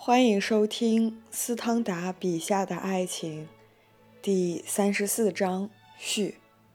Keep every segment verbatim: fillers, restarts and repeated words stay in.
欢迎收听斯汤达笔下的爱情第三十四章序。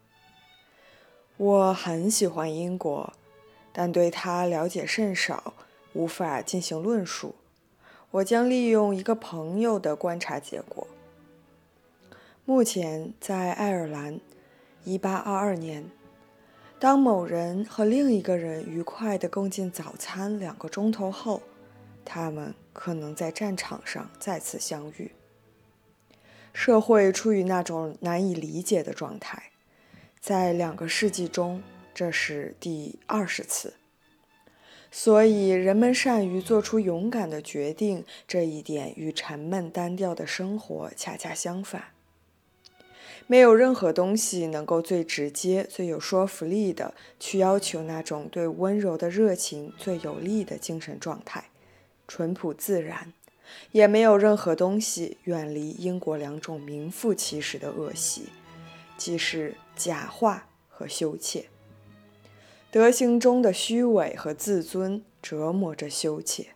我很喜欢英国，但对它了解甚少，无法进行论述。我将利用一个朋友的观察结果。目前在爱尔兰，一八二二年，当某人和另一个人愉快地共进早餐两个钟头后，他们可能在战场上再次相遇。社会处于那种难以理解的状态，在两个世纪中，这是第二十次。所以人们善于做出勇敢的决定，这一点与沉闷单调的生活恰恰相反。没有任何东西能够最直接、最有说服力地去要求那种对温柔的热情最有利的精神状态，淳朴自然，也没有任何东西远离英国两种名副其实的恶习，即是假话和羞怯。德行中的虚伪和自尊折磨着羞怯。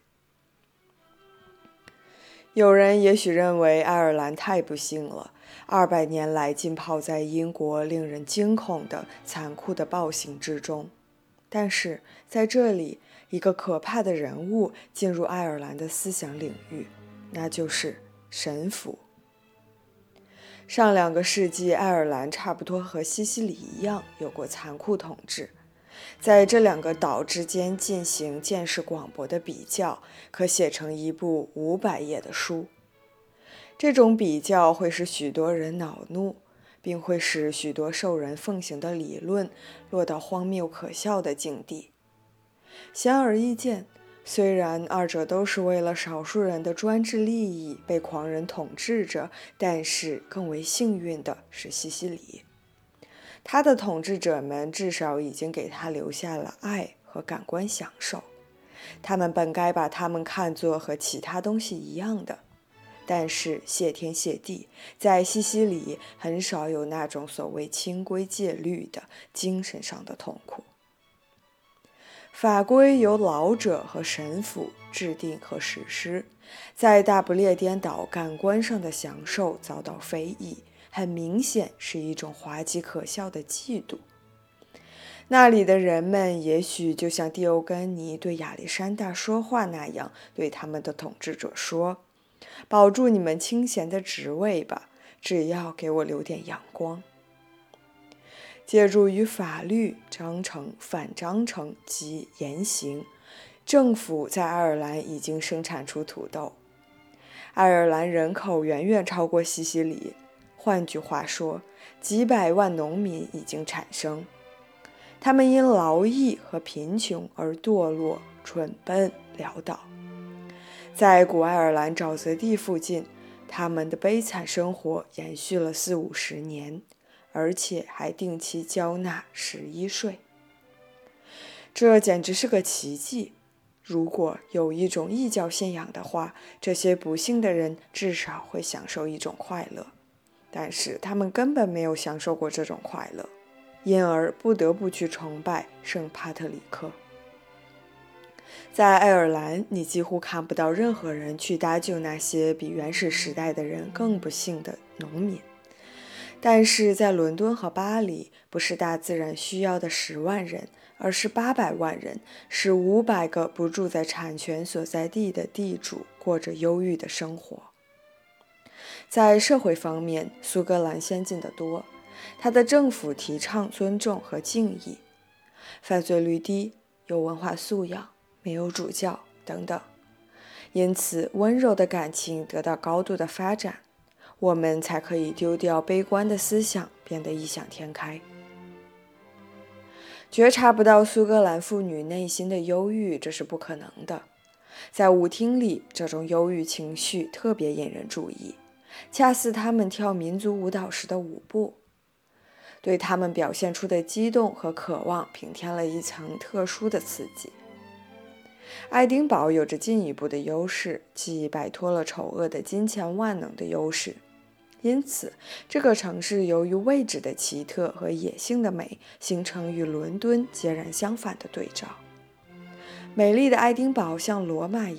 有人也许认为爱尔兰太不幸了，二百年来浸泡在英国令人惊恐的残酷的暴行之中。但是在这里，一个可怕的人物进入爱尔兰的思想领域，那就是神父。上两个世纪，爱尔兰差不多和西西里一样有过残酷统治。在这两个岛之间进行见识广博的比较，可写成一部五百页的书。这种比较会使许多人恼怒，并会使许多受人奉行的理论落到荒谬可笑的境地。显而易见，虽然二者都是为了少数人的专制利益被狂人统治着，但是更为幸运的是西西里。他的统治者们至少已经给他留下了爱和感官享受，他们本该把他们看作和其他东西一样的。但是谢天谢地，在西西里很少有那种所谓清规戒律的精神上的痛苦。法规由老者和神父制定和实施，在大不列颠岛感官上的享受遭到非议，很明显是一种滑稽可笑的嫉妒。那里的人们也许就像蒂欧根尼对亚历山大说话那样，对他们的统治者说：保住你们清闲的职位吧，只要给我留点阳光。借助于法律、章程、反章程及严刑，政府在爱尔兰已经生产出土豆。爱尔兰人口远远超过西西里，换句话说，几百万农民已经产生。他们因劳役和贫穷而堕落、蠢笨、潦倒。在古爱尔兰沼泽地附近，他们的悲惨生活延续了四五十年，而且还定期交纳十一税。这简直是个奇迹。如果有一种异教信仰的话，这些不幸的人至少会享受一种快乐，但是他们根本没有享受过这种快乐，因而不得不去崇拜圣帕特里克。在爱尔兰，你几乎看不到任何人去搭救那些比原始时代的人更不幸的农民。但是在伦敦和巴黎，不是大自然需要的十万人，而是八百万人，使五百个不住在产权所在地的地主过着忧郁的生活。在社会方面，苏格兰先进得多，他的政府提倡尊重和敬意，犯罪率低，有文化素养，没有主教等等，因此温柔的感情得到高度的发展，我们才可以丢掉悲观的思想，变得异想天开。觉察不到苏格兰妇女内心的忧郁，这是不可能的。在舞厅里，这种忧郁情绪特别引人注意，恰似她们跳民族舞蹈时的舞步，对她们表现出的激动和渴望平添了一层特殊的刺激。爱丁堡有着进一步的优势，即摆脱了丑恶的金钱万能的优势。因此，这个城市由于位置的奇特和野性的美，形成与伦敦截然相反的对照。美丽的爱丁堡像罗马一样，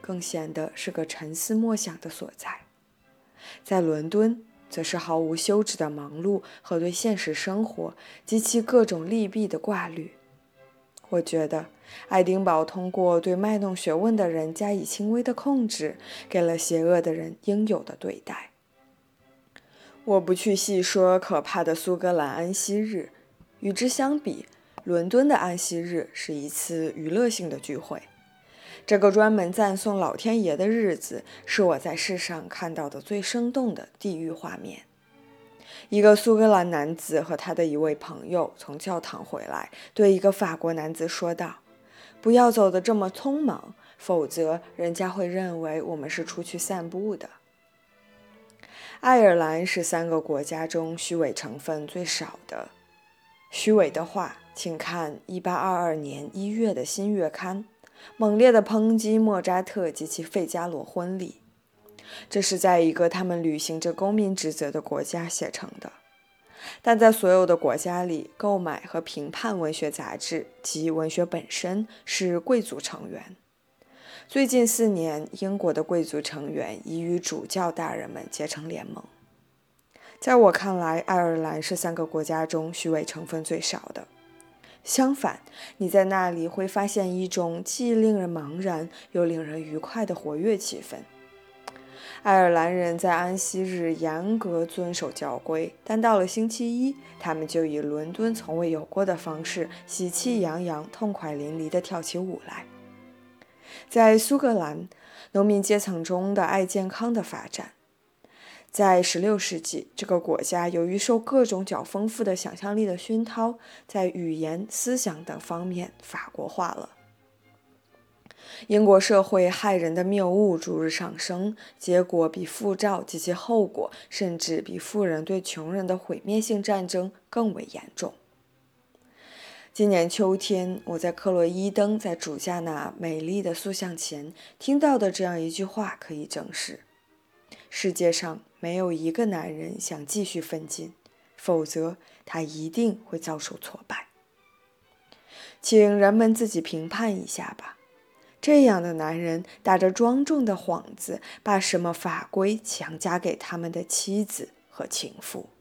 更显得是个沉思默想的所在。在伦敦，则是毫无休止的忙碌和对现实生活及其各种利弊的挂虑。我觉得爱丁堡通过对卖弄学问的人加以轻微的控制，给了邪恶的人应有的对待。我不去细说可怕的苏格兰安息日，与之相比，伦敦的安息日是一次娱乐性的聚会。这个专门赞颂老天爷的日子，是我在世上看到的最生动的地狱画面。一个苏格兰男子和他的一位朋友从教堂回来，对一个法国男子说道：“不要走得这么匆忙，否则人家会认为我们是出去散步的。”爱尔兰是三个国家中虚伪成分最少的。虚伪的话，请看一八二二年一月的新月刊，猛烈地抨击莫扎特及其费加罗婚礼。这是在一个他们履行着公民职责的国家写成的，但在所有的国家里，购买和评判文学杂志及文学本身是贵族成员。最近四年，英国的贵族成员已与主教大人们结成联盟。在我看来，爱尔兰是三个国家中虚伪成分最少的。相反，你在那里会发现一种既令人茫然又令人愉快的活跃气氛。爱尔兰人在安息日严格遵守教规，但到了星期一，他们就以伦敦从未有过的方式喜气洋洋、痛快淋漓地跳起舞来。在苏格兰，农民阶层中的爱健康的发展。在十六世纪，这个国家由于受各种较丰富的想象力的熏陶，在语言、思想等方面法国化了。英国社会害人的谬误逐日上升，结果比复兆及其后果，甚至比富人对穷人的毁灭性战争更为严重。今年秋天，我在克洛伊登在主架那美丽的塑像前听到的这样一句话可以证实：世界上没有一个男人想继续奋进，否则他一定会遭受挫败。请人们自己评判一下吧。这样的男人打着庄重的幌子，把什么法规强加给他们的妻子和情妇。